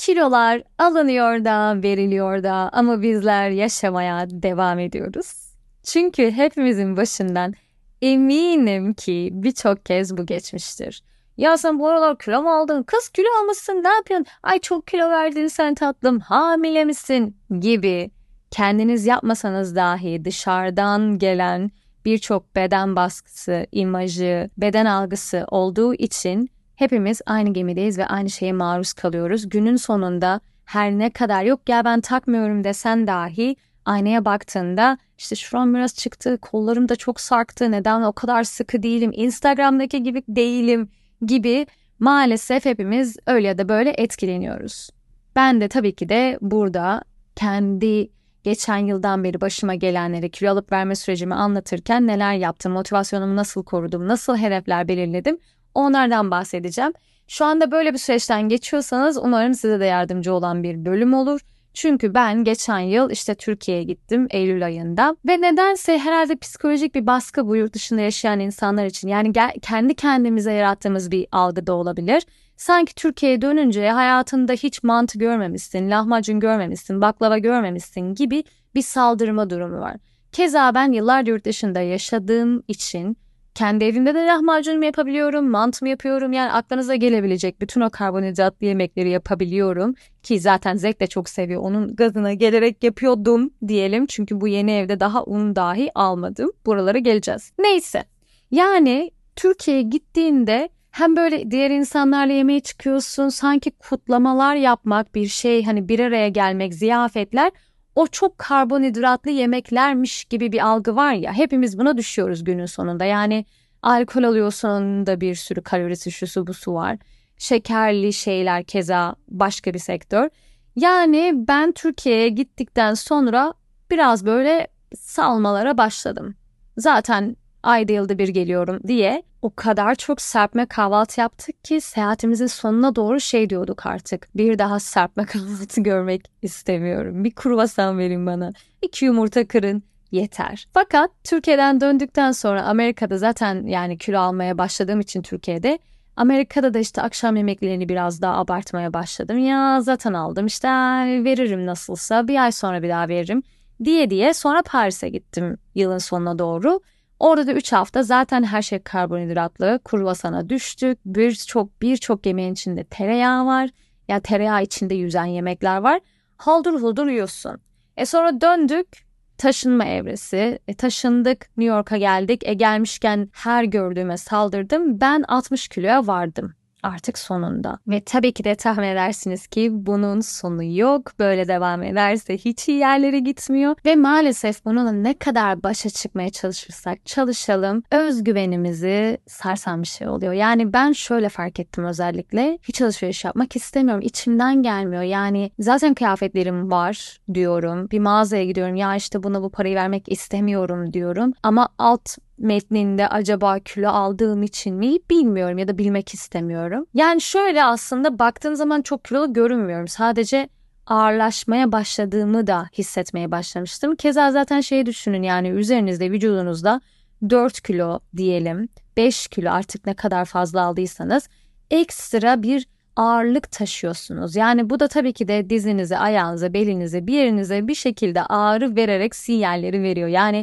Kilolar alınıyor da, veriliyor da ama bizler yaşamaya devam ediyoruz. Çünkü hepimizin başından eminim ki birçok kez bu geçmiştir. Ya sen bu aralar kilo mu aldın? Kız kilo almışsın, ne yapıyorsun? Ay çok kilo verdin sen tatlım, hamile misin? Gibi kendiniz yapmasanız dahi dışarıdan gelen birçok beden baskısı, imajı, beden algısı olduğu için hepimiz aynı gemideyiz ve aynı şeye maruz kalıyoruz. Günün sonunda her ne kadar yok ya ben takmıyorum desen dahi aynaya baktığında işte şuram biraz çıktı, kollarım da çok sarktı, neden o kadar sıkı değilim, Instagram'daki gibi değilim gibi maalesef hepimiz öyle ya da böyle etkileniyoruz. Ben de tabii ki de burada kendi geçen yıldan beri başıma gelenleri, kilo alıp verme sürecimi anlatırken neler yaptım, motivasyonumu nasıl korudum, nasıl hedefler belirledim, onlardan bahsedeceğim. Şu anda böyle bir süreçten geçiyorsanız umarım size de yardımcı olan bir bölüm olur. Çünkü ben geçen yıl işte Türkiye'ye gittim Eylül ayında ve nedense herhalde psikolojik bir baskı bu yurt dışında yaşayan insanlar için. Yani kendi kendimize yarattığımız bir algı da olabilir. Sanki Türkiye'ye dönünce hayatında hiç mantı görmemişsin, lahmacun görmemişsin, baklava görmemişsin gibi bir saldırma durumu var. Keza ben yıllardır yurt dışında yaşadığım için kendi evimde de lahmacun yapabiliyorum, mantı mı yapıyorum, yani aklınıza gelebilecek bütün o karbonhidratlı yemekleri yapabiliyorum ki zaten Zek de çok seviyor, onun gazına gelerek yapıyordum diyelim çünkü bu yeni evde daha un dahi almadım, buralara geleceğiz. Neyse, yani Türkiye'ye gittiğinde hem böyle diğer insanlarla yemeğe çıkıyorsun, sanki kutlamalar yapmak bir şey, hani bir araya gelmek, ziyafetler, o çok karbonhidratlı yemeklermiş gibi bir algı var ya, hepimiz buna düşüyoruz günün sonunda. Yani alkol alıyorsun da bir sürü kalorisi, şusu busu var. Şekerli şeyler keza başka bir sektör. Yani ben Türkiye'ye gittikten sonra biraz böyle salmalara başladım. Zaten ayda yılda bir geliyorum diye o kadar çok serpme kahvaltı yaptık ki seyahatimizin sonuna doğru şey diyorduk artık. Bir daha serpme kahvaltı görmek istemiyorum. Bir kruvasan verin bana. 2 yumurta kırın yeter. Fakat Türkiye'den döndükten sonra Amerika'da zaten yani kilo almaya başladığım için Türkiye'de, Amerika'da da işte akşam yemeklerini biraz daha abartmaya başladım. Ya zaten aldım işte veririm nasılsa, bir ay sonra bir daha veririm diye sonra Paris'e gittim yılın sonuna doğru. Orada da 3 hafta zaten her şey karbonhidratlı, kruvasana düştük. Birçok yemeğin içinde tereyağı var. Ya tereyağı içinde yüzen yemekler var. Haldır huldur yiyorsun. Sonra döndük, taşınma evresi. Taşındık, New York'a geldik. Gelmişken her gördüğüme saldırdım. Ben 60 kiloya vardım artık sonunda. Ve tabii ki de tahmin edersiniz ki bunun sonu yok. Böyle devam ederse hiç iyi yerlere gitmiyor. Ve maalesef bununla ne kadar başa çıkmaya çalışırsak çalışalım, özgüvenimizi sarsan bir şey oluyor. Yani ben şöyle fark ettim özellikle. Hiç alışveriş yapmak istemiyorum. İçimden gelmiyor. Yani zaten kıyafetlerim var diyorum. Bir mağazaya gidiyorum. Ya işte buna bu parayı vermek istemiyorum diyorum. Ama alt metninde acaba kilo aldığım için mi bilmiyorum ya da bilmek istemiyorum. Yani şöyle, aslında baktığım zaman çok kilolu görünmüyorum. Sadece ağırlaşmaya başladığımı da hissetmeye başlamıştım. Keza zaten şeyi düşünün, yani üzerinizde, vücudunuzda 4 kilo diyelim, 5 kilo, artık ne kadar fazla aldıysanız ekstra bir ağırlık taşıyorsunuz. Yani bu da tabii ki de dizinize, ayağınıza, belinize, bir yerinize bir şekilde ağrı vererek sinyalleri veriyor. Yani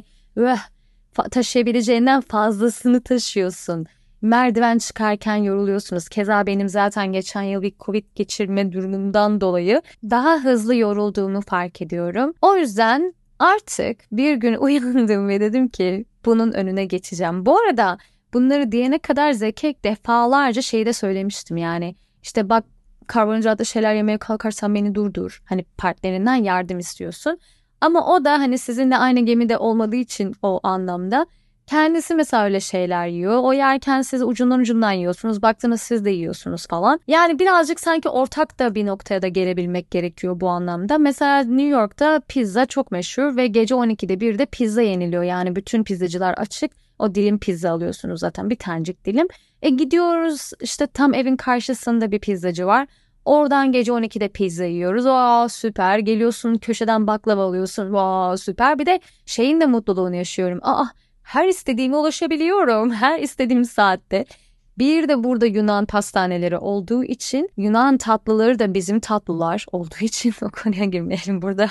taşıyabileceğinden fazlasını taşıyorsun. Merdiven çıkarken yoruluyorsunuz. Keza benim zaten geçen yıl bir Covid geçirme durumumdan dolayı daha hızlı yorulduğumu fark ediyorum. O yüzden artık bir gün uyandım ve dedim ki bunun önüne geçeceğim. Bu arada bunları diyene kadar Zeki defalarca şeyde söylemiştim, yani işte bak, karbonhidratlı şeyler yemeye kalkarsan beni durdur. Hani partnerinden yardım istiyorsun. Ama o da hani sizinle aynı gemide olmadığı için o anlamda kendisi mesela öyle şeyler yiyor. O yerken siz ucundan yiyorsunuz. Baktığınız siz de yiyorsunuz falan. Yani birazcık sanki ortak da bir noktaya da gelebilmek gerekiyor bu anlamda. Mesela New York'ta pizza çok meşhur ve gece 12'de 1'de pizza yeniliyor. Yani bütün pizzacılar açık. O dilim pizza alıyorsunuz zaten, bir tanecik dilim. Gidiyoruz işte, tam evin karşısında bir pizzacı var. Oradan gece 12'de pizza yiyoruz. Aa süper. Geliyorsun köşeden baklava alıyorsun. Aa süper. Bir de şeyin de mutluluğunu yaşıyorum. Aa, her istediğime ulaşabiliyorum. Her istediğim saatte. Bir de burada Yunan pastaneleri olduğu için, Yunan tatlıları da bizim tatlılar olduğu için o konuya girmeyelim burada.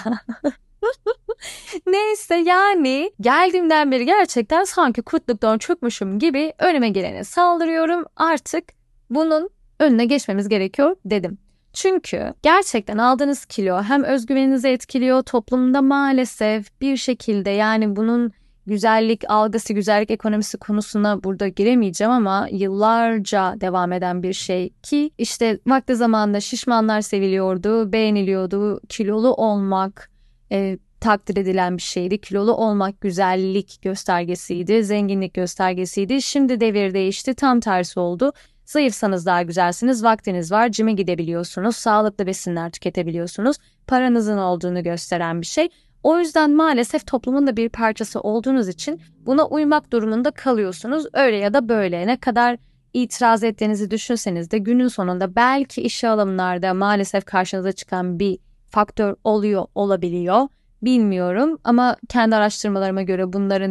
Neyse, yani geldiğimden beri gerçekten sanki kurtluktan çökmüşüm gibi önüme gelene saldırıyorum. Artık bunun önüne geçmemiz gerekiyor dedim. Çünkü gerçekten aldığınız kilo hem özgüveninizi etkiliyor, toplumda maalesef bir şekilde, yani bunun güzellik algısı, güzellik ekonomisi konusuna burada giremeyeceğim ama yıllarca devam eden bir şey ki işte vakti zamanında şişmanlar seviliyordu, beğeniliyordu, kilolu olmak takdir edilen bir şeydi. Kilolu olmak güzellik göstergesiydi, zenginlik göstergesiydi. Şimdi devir değişti, tam tersi oldu. Zayıfsanız daha güzelsiniz, vaktiniz var, cime gidebiliyorsunuz, sağlıklı besinler tüketebiliyorsunuz, paranızın olduğunu gösteren bir şey. O yüzden maalesef toplumun da bir parçası olduğunuz için buna uymak durumunda kalıyorsunuz. Öyle ya da böyle, ne kadar itiraz ettiğinizi düşünseniz de günün sonunda belki işe alımlarda maalesef karşınıza çıkan bir faktör olabiliyor. Bilmiyorum ama kendi araştırmalarıma göre bunların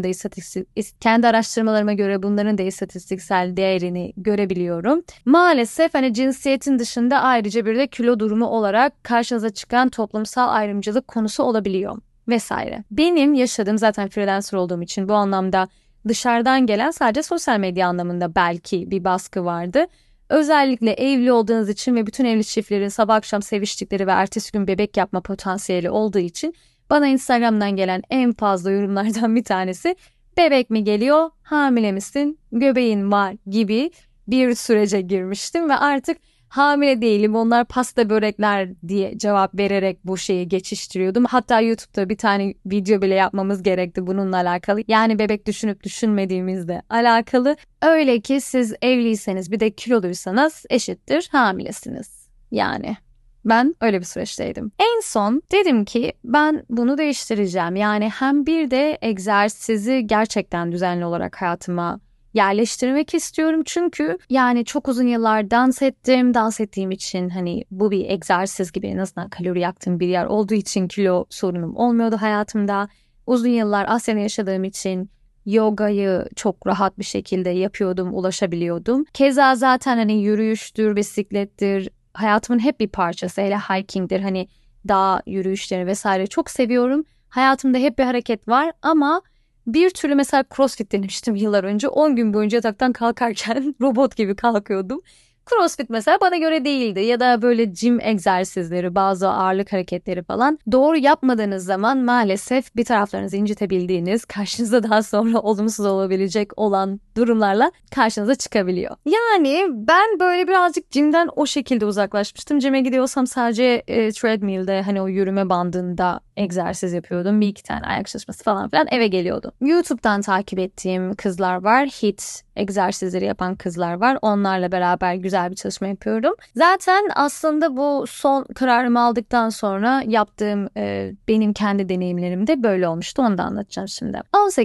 da istatistiksel değerini görebiliyorum. Maalesef hani cinsiyetin dışında ayrıca bir de kilo durumu olarak karşınıza çıkan toplumsal ayrımcılık konusu olabiliyor vesaire. Benim yaşadığım, zaten freelancer olduğum için bu anlamda dışarıdan gelen sadece sosyal medya anlamında belki bir baskı vardı. Özellikle evli olduğunuz için ve bütün evli çiftlerin sabah akşam seviştikleri ve ertesi gün bebek yapma potansiyeli olduğu için bana Instagram'dan gelen en fazla yorumlardan bir tanesi bebek mi geliyor, hamile misin, göbeğin var gibi bir sürece girmiştim ve artık hamile değilim, onlar pasta börekler diye cevap vererek bu şeyi geçiştiriyordum. Hatta YouTube'da bir tane video bile yapmamız gerekti bununla alakalı. Yani bebek düşünüp düşünmediğimizle alakalı. Öyle ki siz evliyseniz bir de kiloluysanız eşittir hamilesiniz. Yani ben öyle bir süreçteydim. En son dedim ki ben bunu değiştireceğim. Yani hem bir de egzersizi gerçekten düzenli olarak hayatıma yerleştirmek istiyorum. Çünkü yani çok uzun yıllar dans ettim. Dans ettiğim için hani bu bir egzersiz gibi, en azından kalori yaktığım bir yer olduğu için kilo sorunum olmuyordu hayatımda. Uzun yıllar Asya'da yaşadığım için yogayı çok rahat bir şekilde yapıyordum, ulaşabiliyordum. Keza zaten hani yürüyüştür, bisiklettir, hayatımın hep bir parçası. Hele hiking'dir, hani dağ yürüyüşleri vesaire çok seviyorum. Hayatımda hep bir hareket var ama bir türlü mesela CrossFit denemiştim yıllar önce. 10 gün boyunca yataktan kalkarken robot gibi kalkıyordum. CrossFit mesela bana göre değildi ya da böyle gym egzersizleri, bazı ağırlık hareketleri falan doğru yapmadığınız zaman maalesef bir taraflarınızı incitebildiğiniz, karşınıza daha sonra olumsuz olabilecek olan durumlarla karşınıza çıkabiliyor. Yani ben böyle birazcık gym'den o şekilde uzaklaşmıştım. Gym'e gidiyorsam sadece treadmill'de, hani o yürüme bandında egzersiz yapıyordum. Bir iki tane ayak çalışması falan filan, eve geliyordum. YouTube'dan takip ettiğim kızlar var. HIIT egzersizleri yapan kızlar var. Onlarla beraber güzel bir çalışma yapıyorum. Zaten aslında bu son kararımı aldıktan sonra yaptığım benim kendi deneyimlerim de böyle olmuştu. Onu da anlatacağım şimdi.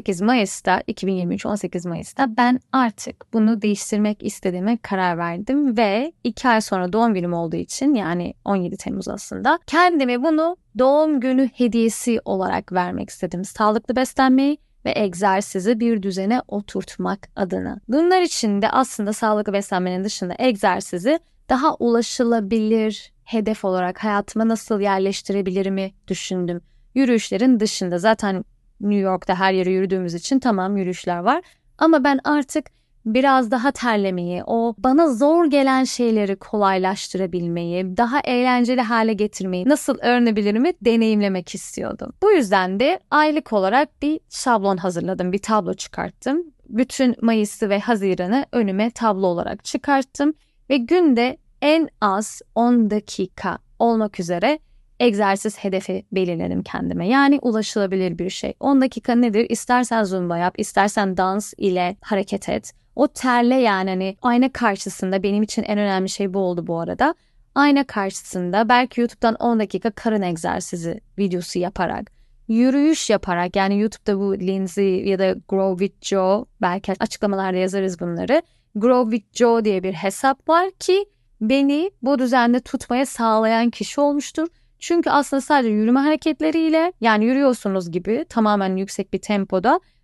2023 18 Mayıs'ta ben artık bunu değiştirmek istediğime karar verdim ve 2 ay sonra doğum günüm olduğu için, yani 17 Temmuz aslında, kendime bunu doğum günü hediyesi olarak vermek istedim. Sağlıklı beslenmeyi ve egzersizi bir düzene oturtmak adına. Bunlar için de aslında sağlıklı beslenmenin dışında egzersizi daha ulaşılabilir hedef olarak hayatıma nasıl yerleştirebilirimi düşündüm. Yürüyüşlerin dışında zaten New York'ta her yere yürüdüğümüz için tamam, yürüyüşler var. Ama ben artık biraz daha terlemeyi, o bana zor gelen şeyleri kolaylaştırabilmeyi, daha eğlenceli hale getirmeyi nasıl öğrenebilirimi deneyimlemek istiyordum. Bu yüzden de aylık olarak bir şablon hazırladım, bir tablo çıkarttım. Bütün Mayıs'ı ve Haziran'ı önüme tablo olarak çıkarttım ve günde en az 10 dakika olmak üzere egzersiz hedefi belirledim kendime. Yani ulaşılabilir bir şey. 10 dakika nedir? İstersen zumba yap, istersen dans ile hareket et. O terle, yani hani ayna karşısında, benim için en önemli şey bu oldu bu arada. Ayna karşısında belki YouTube'dan 10 dakika karın egzersizi videosu yaparak, yürüyüş yaparak, yani YouTube'da bu Lindsay ya da Grow with Joe, belki açıklamalarda yazarız bunları. Grow with Joe diye bir hesap var ki beni bu düzende tutmaya sağlayan kişi olmuştur. Çünkü aslında sadece yürüme hareketleriyle, yani yürüyorsunuz gibi tamamen yüksek bir tempoda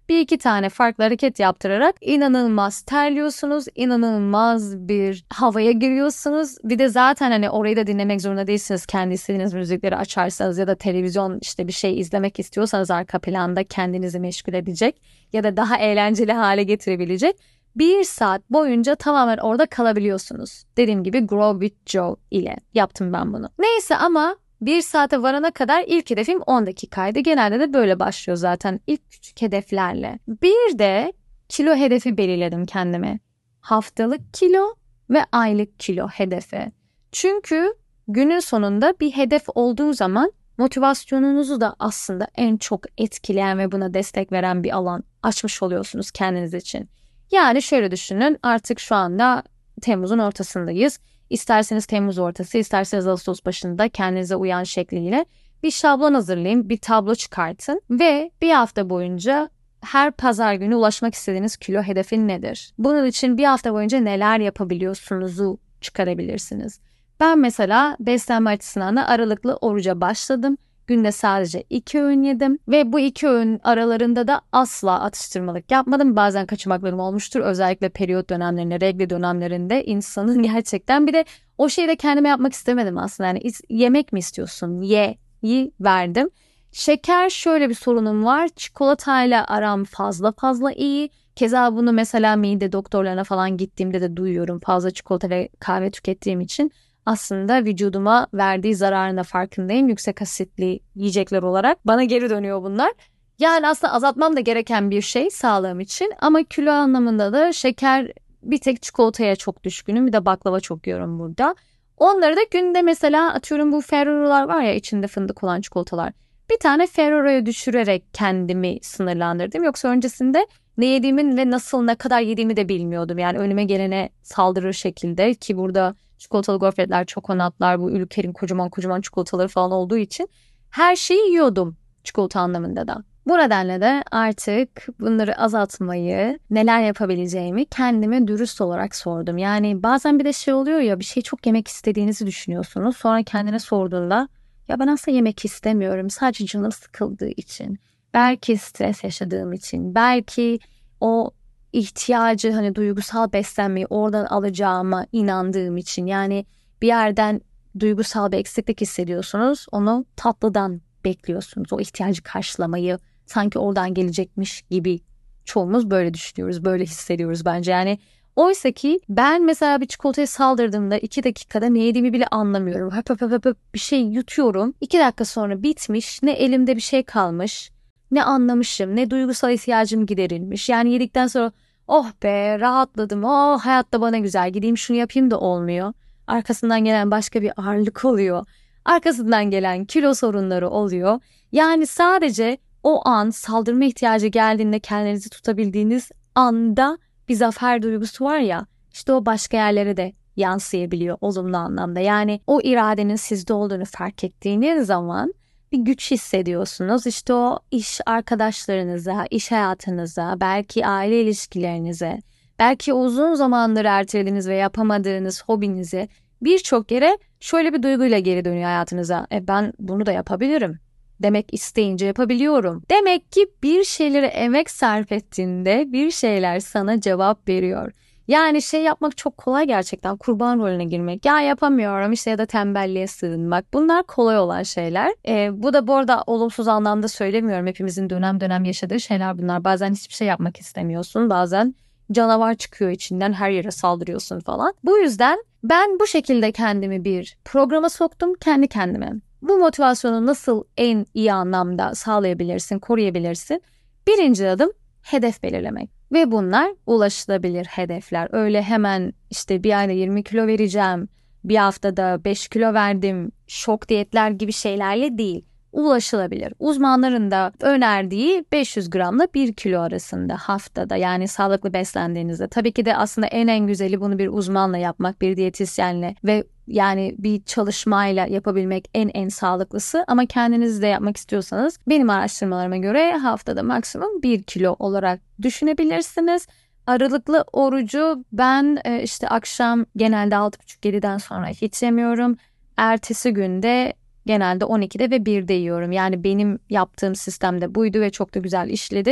bir iki tane farklı hareket yaptırarak inanılmaz terliyorsunuz, inanılmaz bir havaya giriyorsunuz. Bir de zaten hani orayı da dinlemek zorunda değilsiniz. Kendi istediğiniz müzikleri açarsanız ya da televizyon işte bir şey izlemek istiyorsanız arka planda kendinizi meşgul edecek ya da daha eğlenceli hale getirebilecek. 1 saat boyunca tamamen orada kalabiliyorsunuz. Dediğim gibi Grow with Joe ile yaptım ben bunu. Neyse ama 1 saate varana kadar ilk hedefim 10 dakikaydı. Genelde de böyle başlıyor zaten ilk küçük hedeflerle. Bir de kilo hedefi belirledim kendime. Haftalık kilo ve aylık kilo hedefi. Çünkü günün sonunda bir hedef olduğu zaman motivasyonunuzu da aslında en çok etkileyen ve buna destek veren bir alan açmış oluyorsunuz kendiniz için. Yani şöyle düşünün, artık şu anda Temmuz'un ortasındayız. İsterseniz Temmuz ortası, isterseniz Ağustos başında kendinize uyan şekliyle bir şablon hazırlayın, bir tablo çıkartın ve bir hafta boyunca her pazar günü ulaşmak istediğiniz kilo hedefin nedir? Bunun için bir hafta boyunca neler yapabiliyorsunuzu çıkarabilirsiniz. Ben mesela beslenme açısından da aralıklı oruca başladım. Günde sadece 2 öğün yedim ve bu 2 öğün aralarında da asla atıştırmalık yapmadım. Bazen kaçamaklarım olmuştur. Özellikle periyot dönemlerinde, regl dönemlerinde insanın gerçekten bir de o şeyi de kendime yapmak istemedim aslında. Yani yemek mi istiyorsun? Ye'yi verdim. Şeker şöyle bir sorunum var. Çikolatayla aram fazla iyi. Keza bunu mesela mide doktorlarına falan gittiğimde de duyuyorum. Fazla çikolata ve kahve tükettiğim için aslında vücuduma verdiği zararına farkındayım. Yüksek asitli yiyecekler olarak bana geri dönüyor bunlar. Yani aslında azaltmam da gereken bir şey sağlığım için. Ama kilo anlamında da şeker, bir tek çikolataya çok düşkünüm. Bir de baklava çok yiyorum burada. Onları da günde mesela atıyorum bu Ferrero'lar var ya, içinde fındık olan çikolatalar. Bir tane Ferrero'ya düşürerek kendimi sınırlandırdım. Yoksa öncesinde ne yediğimin ve nasıl ne kadar yediğimi de bilmiyordum. Yani önüme gelene saldırır şekilde, ki burada çikolatalı gofretler, çokonatlar, bu Ülker'in kocaman çikolataları falan olduğu için her şeyi yiyordum çikolata anlamında da. Bu nedenle de artık bunları azaltmayı, neler yapabileceğimi kendime dürüst olarak sordum. Yani bazen bir de şey oluyor ya, bir şey çok yemek istediğinizi düşünüyorsunuz. Sonra kendine sorduğunda ya ben aslında yemek istemiyorum, sadece canım sıkıldığı için, belki stres yaşadığım için, belki o ihtiyacı, hani duygusal beslenmeyi oradan alacağıma inandığım için, yani bir yerden duygusal bir eksiklik hissediyorsunuz, onu tatlıdan bekliyorsunuz, o ihtiyacı karşılamayı sanki oradan gelecekmiş gibi. Çoğumuz böyle düşünüyoruz, böyle hissediyoruz bence. Yani oysa ki ben mesela bir çikolataya saldırdığımda 2 dakikada ne yediğimi bile anlamıyorum. Höp bir şey yutuyorum. 2 dakika sonra bitmiş, ne elimde bir şey kalmış, ne anlamışım, ne duygusal ihtiyacım giderilmiş. Yani yedikten sonra oh be rahatladım, oh hayatta bana güzel, gideyim şunu yapayım da olmuyor. Arkasından gelen başka bir ağırlık oluyor. Arkasından gelen kilo sorunları oluyor. Yani sadece o an saldırma ihtiyacı geldiğinde kendinizi tutabildiğiniz anda bir zafer duygusu var ya, işte o başka yerlere de yansıyabiliyor olumlu anlamda. Yani o iradenin sizde olduğunu fark ettiğiniz zaman bir güç hissediyorsunuz. İşte o iş arkadaşlarınıza, iş hayatınıza, belki aile ilişkilerinize, belki uzun zamandır ertelediğiniz ve yapamadığınız hobinize, birçok yere şöyle bir duyguyla geri dönüyor hayatınıza. Ben bunu da yapabilirim. Demek isteyince yapabiliyorum. Demek ki bir şeylere emek sarf ettiğinde bir şeyler sana cevap veriyor. Yani şey yapmak çok kolay gerçekten, kurban rolüne girmek. Ya yapamıyorum işte, ya da tembelliğe sığınmak. Bunlar kolay olan şeyler. Bu da bu arada olumsuz anlamda söylemiyorum. Hepimizin dönem dönem yaşadığı şeyler bunlar. Bazen hiçbir şey yapmak istemiyorsun. Bazen canavar çıkıyor içinden, her yere saldırıyorsun falan. Bu yüzden ben bu şekilde kendimi bir programa soktum kendi kendime. Bu motivasyonu nasıl en iyi anlamda sağlayabilirsin, koruyabilirsin? Birinci adım hedef belirlemek. Ve bunlar ulaşılabilir hedefler. Öyle hemen işte bir ayda 20 kilo vereceğim, bir haftada 5 kilo verdim, şok diyetler gibi şeylerle değil. Ulaşılabilir. Uzmanların da önerdiği 500 gramla 1 kilo arasında haftada, yani sağlıklı beslendiğinizde. Tabii ki de aslında en güzeli bunu bir uzmanla yapmak, bir diyetisyenle ve yani bir çalışmayla yapabilmek en sağlıklısı. Ama kendiniz de yapmak istiyorsanız benim araştırmalarıma göre haftada maksimum 1 kilo olarak düşünebilirsiniz. Aralıklı orucu ben işte akşam genelde 6.30-7'den sonra hiç yemiyorum. Ertesi günde genelde 12'de ve 1'de yiyorum. Yani benim yaptığım sistemde buydu ve çok da güzel işledi.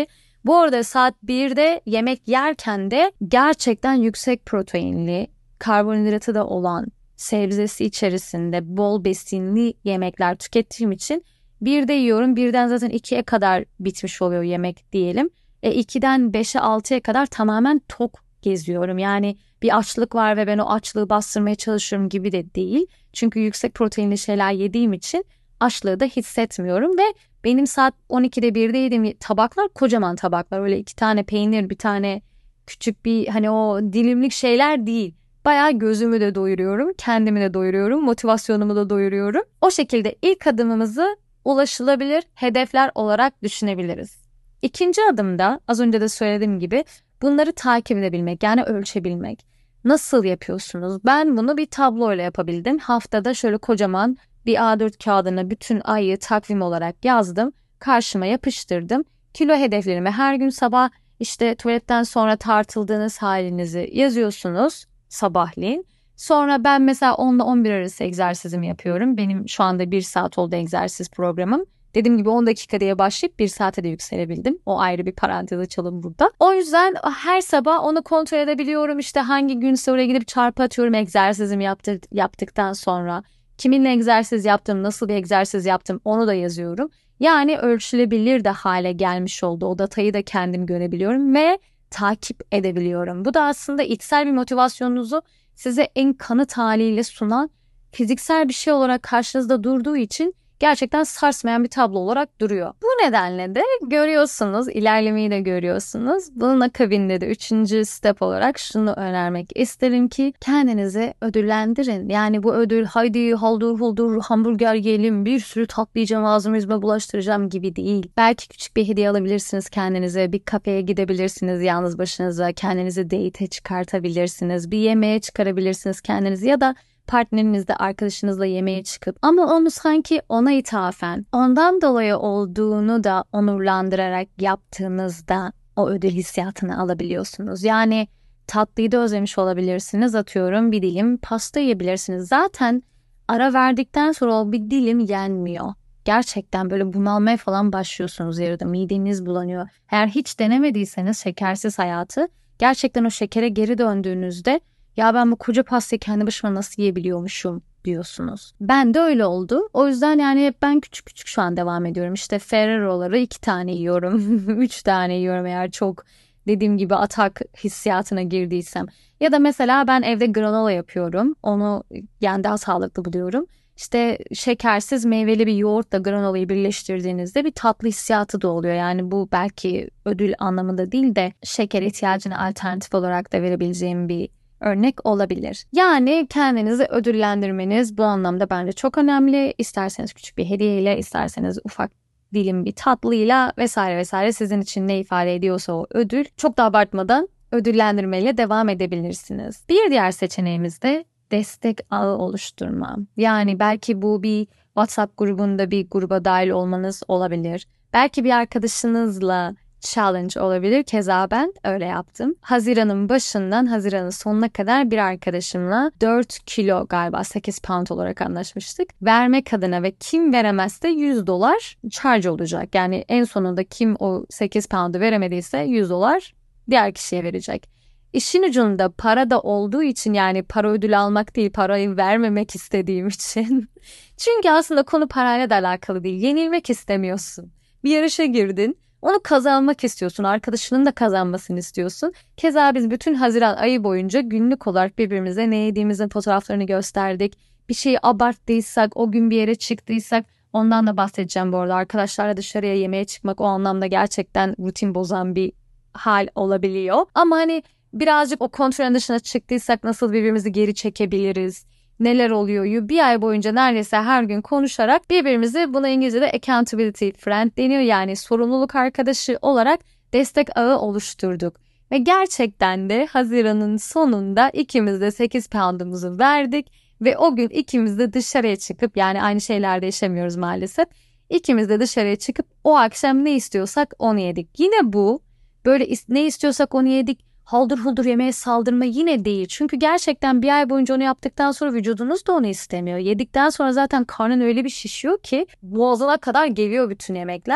Bu arada saat 1'de yemek yerken de gerçekten yüksek proteinli, karbonhidratı da olan, sebzesi içerisinde bol besinli yemekler tükettiğim için 1'de yiyorum. 1'den zaten 2'ye kadar bitmiş oluyor yemek diyelim. 2'den 5'e 6'ya kadar tamamen tok geziyorum. Yani bir açlık var ve ben o açlığı bastırmaya çalışıyorum gibi de değil. Çünkü yüksek proteinli şeyler yediğim için açlığı da hissetmiyorum ve benim saat 12'de 1'de yediğim tabaklar kocaman tabaklar. Öyle 2 tane peynir, bir tane küçük bir hani o dilimlik şeyler değil. Bayağı gözümü de doyuruyorum, kendimi de doyuruyorum, motivasyonumu da doyuruyorum. O şekilde ilk adımımızı ulaşılabilir hedefler olarak düşünebiliriz. İkinci adımda az önce de söylediğim gibi bunları takip edebilmek, yani ölçebilmek. Nasıl yapıyorsunuz? Ben bunu bir tabloyla yapabildim. Haftada şöyle kocaman bir A4 kağıdına bütün ayı takvim olarak yazdım. Karşıma yapıştırdım. Kilo hedeflerimi her gün sabah işte tuvaletten sonra tartıldığınız halinizi yazıyorsunuz sabahleyin. Sonra ben mesela 10 ile 11 arası egzersizimi yapıyorum. Benim şu anda 1 saat oldu egzersiz programım. Dediğim gibi 10 dakika diye başlayıp 1 saate de yükselebildim. O ayrı bir parantez açalım burada. O yüzden her sabah onu kontrol edebiliyorum. İşte hangi günse oraya gidip çarpı atıyorum egzersizimi yaptıktan sonra. Kiminle egzersiz yaptım, nasıl bir egzersiz yaptım onu da yazıyorum. Yani ölçülebilir de hale gelmiş oldu. O datayı da kendim görebiliyorum ve takip edebiliyorum. Bu da aslında içsel bir motivasyonunuzu size en kanıt haliyle sunan fiziksel bir şey olarak karşınızda durduğu için gerçekten sarsmayan bir tablo olarak duruyor. Bu nedenle de görüyorsunuz, ilerlemeyi de görüyorsunuz. Bunun akabinde de 3. step olarak şunu önermek isterim ki kendinizi ödüllendirin. Yani bu ödül haydi haldır huldur hamburger yiyelim, bir sürü tatlı yiyeceğim, ağzımı yüzüme bulaştıracağım gibi değil. Belki küçük bir hediye alabilirsiniz kendinize, bir kafeye gidebilirsiniz yalnız başınıza, kendinizi date'e çıkartabilirsiniz, bir yemeğe çıkarabilirsiniz kendinizi ya da partnerinizle, arkadaşınızla yemeğe çıkıp ama onu sanki ona ithafen, ondan dolayı olduğunu da onurlandırarak yaptığınızda o ödül hissiyatını alabiliyorsunuz. Yani tatlıyı da özlemiş olabilirsiniz. Atıyorum bir dilim pasta yiyebilirsiniz. Zaten ara verdikten sonra o bir dilim yenmiyor. Gerçekten böyle bunalmaya falan başlıyorsunuz yarıda. Mideniz bulanıyor. Eğer hiç denemediyseniz şekersiz hayatı, gerçekten o şekere geri döndüğünüzde ya ben bu koca pastayı kendi başıma nasıl yiyebiliyormuşum diyorsunuz. Ben de öyle oldu. O yüzden yani ben küçük küçük şu an devam ediyorum. İşte Ferrero'ları 2 tane yiyorum. 3 tane yiyorum eğer çok dediğim gibi atak hissiyatına girdiysem. Ya da mesela ben evde granola yapıyorum. Onu yani daha sağlıklı buluyorum. İşte şekersiz meyveli bir yoğurtla granolayı birleştirdiğinizde bir tatlı hissiyatı da oluyor. Yani bu belki ödül anlamında değil de şeker ihtiyacını alternatif olarak da verebileceğim bir örnek olabilir. Yani kendinizi ödüllendirmeniz bu anlamda bence çok önemli. İsterseniz küçük bir hediyeyle, isterseniz ufak dilim bir tatlıyla vesaire vesaire sizin için ne ifade ediyorsa o ödül. Çok da abartmadan ödüllendirmeyle devam edebilirsiniz. Bir diğer seçeneğimiz de destek ağı oluşturma. Yani belki bu bir WhatsApp grubunda bir gruba dahil olmanız olabilir. Belki bir arkadaşınızla challenge olabilir. Keza ben öyle yaptım. Haziran'ın başından Haziran'ın sonuna kadar bir arkadaşımla 4 kilo galiba 8 pound olarak anlaşmıştık. Vermek adına ve kim veremezse $100 charge olacak. Yani en sonunda kim o 8 pound'u veremediyse $100 diğer kişiye verecek. İşin ucunda para da olduğu için, yani para ödül almak değil, parayı vermemek istediğim için. Çünkü aslında konu parayla da alakalı değil. Yenilmek istemiyorsun. Bir yarışa girdin. Onu kazanmak istiyorsun. Arkadaşının da kazanmasını istiyorsun. Keza biz bütün Haziran ayı boyunca günlük olarak birbirimize ne yediğimizin fotoğraflarını gösterdik. Bir şeyi abarttıysak, o gün bir yere çıktıysak ondan da bahsedeceğim bu arada. Arkadaşlarla dışarıya yemeğe çıkmak o anlamda gerçekten rutin bozan bir hal olabiliyor. Ama hani birazcık o kontrolün dışına çıktıysak nasıl birbirimizi geri çekebiliriz? Neler oluyor? Bir ay boyunca neredeyse her gün konuşarak birbirimizi, buna İngilizce'de accountability friend deniyor, yani sorumluluk arkadaşı olarak destek ağı oluşturduk. Ve gerçekten de Haziran'ın sonunda ikimiz de 8 pound'umuzu verdik ve o gün ikimiz de dışarıya çıkıp, yani aynı şeylerde yaşamıyoruz maalesef. İkimiz de dışarıya çıkıp o akşam ne istiyorsak onu yedik. Yine bu böyle ne istiyorsak onu yedik, haldır huldur yemeğe saldırma yine değil. Çünkü gerçekten bir ay boyunca onu yaptıktan sonra vücudunuz da onu istemiyor. Yedikten sonra zaten karnın öyle bir şişiyor ki boğazına kadar geliyor bütün yemekler.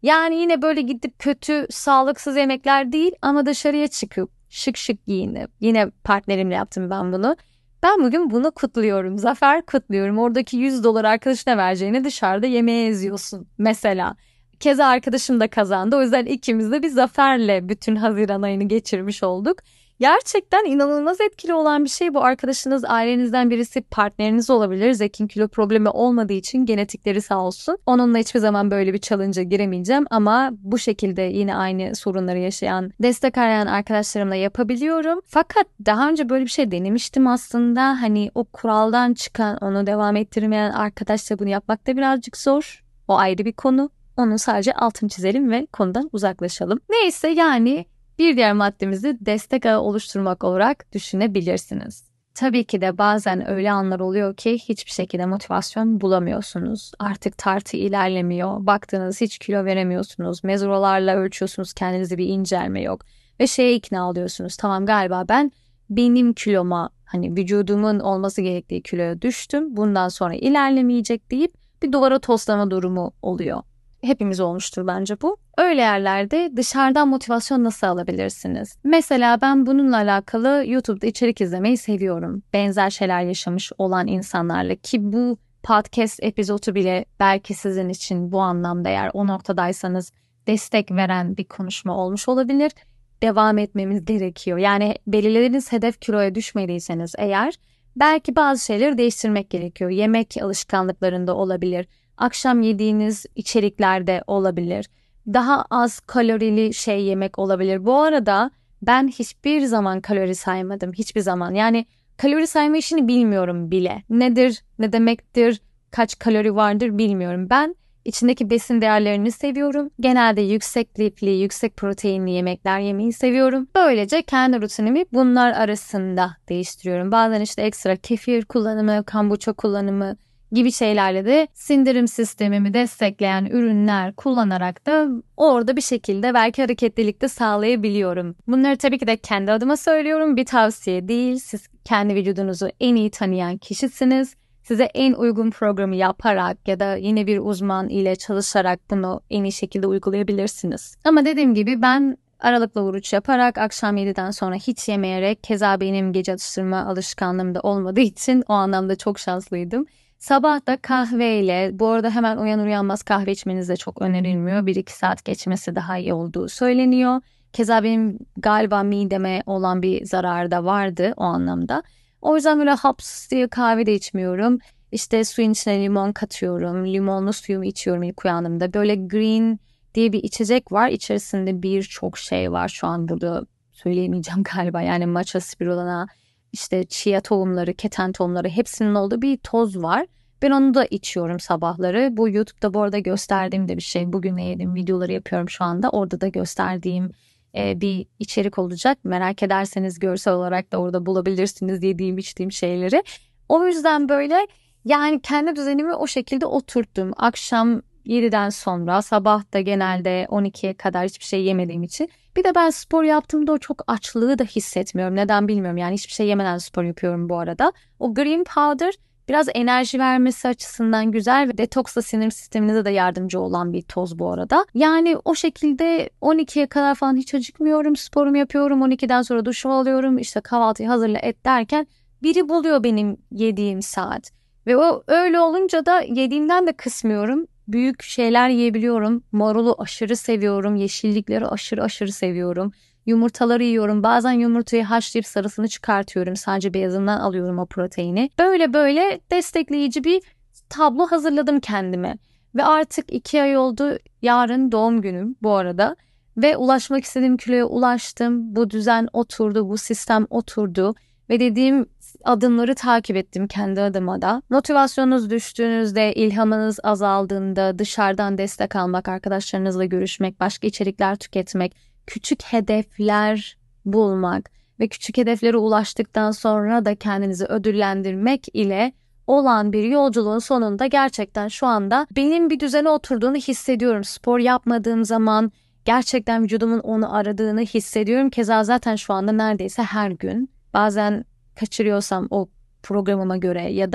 Yani yine böyle gidip kötü, sağlıksız yemekler değil ama dışarıya çıkıp şık şık giyinip, yine partnerimle yaptım ben bunu. Ben bugün bunu kutluyorum, zafer kutluyorum. Oradaki $100 arkadaşına vereceğini dışarıda yemeğe eziyorsun mesela. Keza arkadaşım da kazandı. O yüzden ikimiz de bir zaferle bütün Haziran ayını geçirmiş olduk. Gerçekten inanılmaz etkili olan bir şey bu. Arkadaşınız, ailenizden birisi, partneriniz olabilir. Zekin kilo problemi olmadığı için genetikleri sağ olsun. Onunla hiçbir zaman böyle bir challenge'a giremeyeceğim ama bu şekilde yine aynı sorunları yaşayan, destek arayan arkadaşlarımla yapabiliyorum. Fakat daha önce böyle bir şey denemiştim aslında. Hani o kuraldan çıkan, onu devam ettirmeyen arkadaşla bunu yapmak da birazcık zor. O ayrı bir konu. Onun sadece altını çizelim ve konudan uzaklaşalım. Neyse, yani bir diğer maddemizi destek ağı oluşturmak olarak düşünebilirsiniz. Tabii ki de bazen öyle anlar oluyor ki hiçbir şekilde motivasyon bulamıyorsunuz. Artık tartı ilerlemiyor. Baktığınız hiç kilo veremiyorsunuz. Mezurolarla ölçüyorsunuz, kendinizi bir incelme yok. Ve şeye ikna oluyorsunuz. Tamam, galiba ben benim kiloma, hani vücudumun olması gerektiği kiloya düştüm. Bundan sonra ilerlemeyecek deyip bir duvara toslama durumu oluyor. Hepimiz olmuştur bence bu. Öyle yerlerde dışarıdan motivasyon nasıl alabilirsiniz? Mesela ben bununla alakalı YouTube'da içerik izlemeyi seviyorum. Benzer şeyler yaşamış olan insanlarla, ki bu podcast epizodu bile belki sizin için bu anlamda, eğer o noktadaysanız, destek veren bir konuşma olmuş olabilir. Devam etmemiz gerekiyor. Yani belirlediğiniz hedef kiloya düşmediyseniz eğer, belki bazı şeyleri değiştirmek gerekiyor. Yemek alışkanlıklarında olabilir. Akşam yediğiniz içeriklerde olabilir. Daha az kalorili şey yemek olabilir. Bu arada ben hiçbir zaman kalori saymadım. Hiçbir zaman. Yani kalori sayma işini bilmiyorum bile. Nedir, ne demektir, kaç kalori vardır bilmiyorum. Ben içindeki besin değerlerini seviyorum. Genelde yüksek lifli, yüksek proteinli yemekler yemeyi seviyorum. Böylece kendi rutinimi bunlar arasında değiştiriyorum. Bazen işte ekstra kefir kullanımı, kombuça kullanımı gibi şeylerle de sindirim sistemimi destekleyen ürünler kullanarak da orada bir şekilde belki hareketlilik de sağlayabiliyorum. Bunları tabii ki de kendi adıma söylüyorum. Bir tavsiye değil. Siz kendi vücudunuzu en iyi tanıyan kişisiniz. Size en uygun programı yaparak ya da yine bir uzman ile çalışarak bunu en iyi şekilde uygulayabilirsiniz. Ama dediğim gibi ben aralıklı oruç yaparak, akşam 7'den sonra hiç yemeyerek, keza benim gece atıştırma alışkanlığım da olmadığı için o anlamda çok şanslıydım. Sabah da kahveyle, bu arada hemen uyanır uyanmaz kahve içmeniz de çok önerilmiyor. 1-2 saat geçmesi daha iyi olduğu söyleniyor. Keza benim galiba mideme olan bir zararı da vardı o anlamda. O yüzden böyle haps diye kahve de içmiyorum. İşte suyun içine limon katıyorum. Limonlu suyumu içiyorum ilk uyandığımda. Böyle green diye bir içecek var. İçerisinde birçok şey var. Şu an burada söyleyemeyeceğim galiba. Yani matcha, spirulina, işte chia tohumları, keten tohumları, hepsinin olduğu bir toz var. Ben onu da içiyorum sabahları. Bu YouTube'da bu arada gösterdiğim de bir şey. Bugün ne yedim videoları yapıyorum şu anda. Orada da gösterdiğim bir içerik olacak. Merak ederseniz görsel olarak da orada bulabilirsiniz yediğim içtiğim şeyleri. O yüzden böyle, yani kendi düzenimi o şekilde oturttum. Akşam 7'den sonra, sabah da genelde 12'ye kadar hiçbir şey yemediğim için. Bir de ben spor yaptığımda o çok açlığı da hissetmiyorum. Neden bilmiyorum. Yani hiçbir şey yemeden spor yapıyorum bu arada. O green powder biraz enerji vermesi açısından güzel ve detoksla sinir sisteminize de yardımcı olan bir toz bu arada. Yani o şekilde 12'ye kadar falan hiç acıkmıyorum. Sporumu yapıyorum. 12'den sonra duşumu alıyorum. İşte kahvaltıyı hazırla et derken biri buluyor benim yediğim saat. Ve o öyle olunca da yediğimden de kısmıyorum. Büyük şeyler yiyebiliyorum. Marulu aşırı seviyorum. Yeşillikleri aşırı seviyorum. Yumurtaları yiyorum. Bazen yumurtayı haşlayıp sarısını çıkartıyorum. Sadece beyazından alıyorum o proteini. Böyle destekleyici bir tablo hazırladım kendime. Ve artık 2 ay oldu. Yarın doğum günüm bu arada. Ve ulaşmak istediğim kiloya ulaştım. Bu düzen oturdu, bu sistem oturdu. Ve dediğim adımları takip ettim kendi adıma da. Motivasyonunuz düştüğünüzde, ilhamınız azaldığında dışarıdan destek almak, arkadaşlarınızla görüşmek, başka içerikler tüketmek, küçük hedefler bulmak ve küçük hedeflere ulaştıktan sonra da kendinizi ödüllendirmek ile olan bir yolculuğun sonunda gerçekten şu anda benim bir düzene oturduğunu hissediyorum. Spor yapmadığım zaman gerçekten vücudumun onu aradığını hissediyorum. Keza zaten şu anda neredeyse her gün, bazen kaçırıyorsam o programıma göre ya da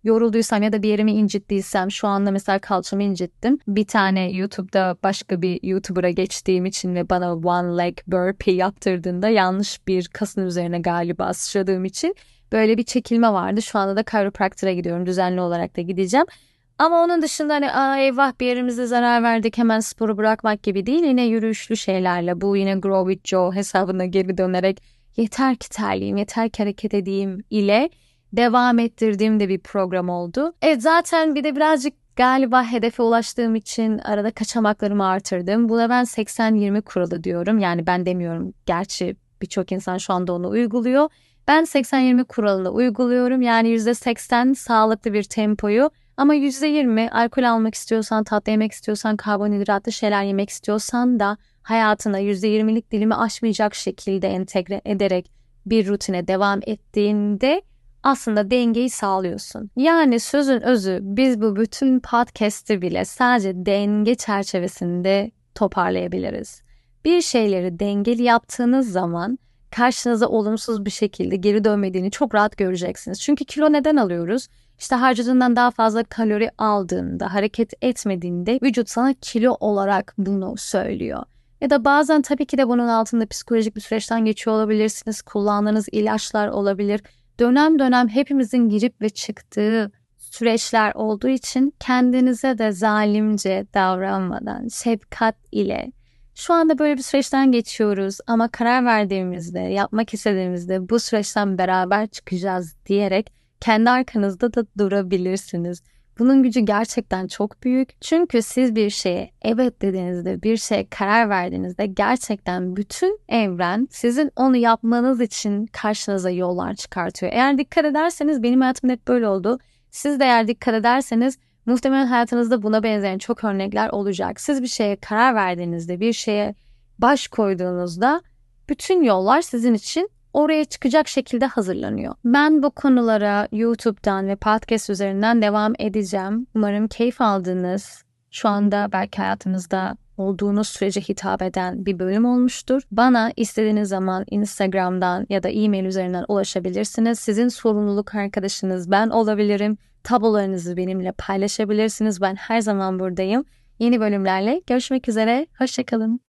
yorulduysam ya da bir yerimi incittiysem, şu anda mesela kalçamı incittim. Bir tane YouTube'da başka bir YouTuber'a geçtiğim için ve bana one leg burpee yaptırdığında yanlış bir kasın üzerine galiba sıçradığım için böyle bir çekilme vardı. Şu anda da chiropractor'a gidiyorum. Düzenli olarak da gideceğim. Ama onun dışında hani eyvah bir yerimize zarar verdik hemen sporu bırakmak gibi değil. Yine yürüyüşlü şeylerle, bu yine Grow with Joe hesabına geri dönerek yeter ki terleyeyim, yeter ki hareket edeyim ile devam ettirdiğim de bir program oldu. Zaten bir de birazcık galiba hedefe ulaştığım için arada kaçamaklarımı artırdım. Buna ben 80-20 kuralı diyorum. Yani ben demiyorum. Gerçi birçok insan şu anda onu uyguluyor. Ben 80-20 kuralını uyguluyorum. Yani %80 sağlıklı bir tempoyu ama %20 alkol almak istiyorsan, tatlı yemek istiyorsan, karbonhidratlı şeyler yemek istiyorsan da hayatına %20'lik dilimi aşmayacak şekilde entegre ederek bir rutine devam ettiğinde aslında dengeyi sağlıyorsun. Yani sözün özü, biz bu bütün podcast'i bile sadece denge çerçevesinde toparlayabiliriz. Bir şeyleri dengeli yaptığınız zaman karşınıza olumsuz bir şekilde geri dönmediğini çok rahat göreceksiniz. Çünkü kilo neden alıyoruz? İşte harcadığından daha fazla kalori aldığında, hareket etmediğinde vücut sana kilo olarak bunu söylüyor. Ya da bazen tabii ki de bunun altında psikolojik bir süreçten geçiyor olabilirsiniz. Kullandığınız ilaçlar olabilir. Dönem dönem hepimizin girip ve çıktığı süreçler olduğu için kendinize de zalimce davranmadan, şefkat ile şu anda böyle bir süreçten geçiyoruz ama karar verdiğimizde, yapmak istediğimizde bu süreçten beraber çıkacağız diyerek kendi arkanızda da durabilirsiniz. Bunun gücü gerçekten çok büyük. Çünkü siz bir şeye evet dediğinizde, bir şeye karar verdiğinizde gerçekten bütün evren sizin onu yapmanız için karşınıza yollar çıkartıyor. Eğer dikkat ederseniz benim hayatım hep böyle oldu. Siz de eğer dikkat ederseniz muhtemelen hayatınızda buna benzeyen çok örnekler olacak. Siz bir şeye karar verdiğinizde, bir şeye baş koyduğunuzda bütün yollar sizin için oraya çıkacak şekilde hazırlanıyor. Ben bu konulara YouTube'dan ve podcast üzerinden devam edeceğim. Umarım keyif aldığınız, şu anda belki hayatınızda olduğunuz sürece hitap eden bir bölüm olmuştur. Bana istediğiniz zaman Instagram'dan ya da e-mail üzerinden ulaşabilirsiniz. Sizin sorumluluk arkadaşınız ben olabilirim. Tablolarınızı benimle paylaşabilirsiniz. Ben her zaman buradayım. Yeni bölümlerle görüşmek üzere. Hoşça kalın.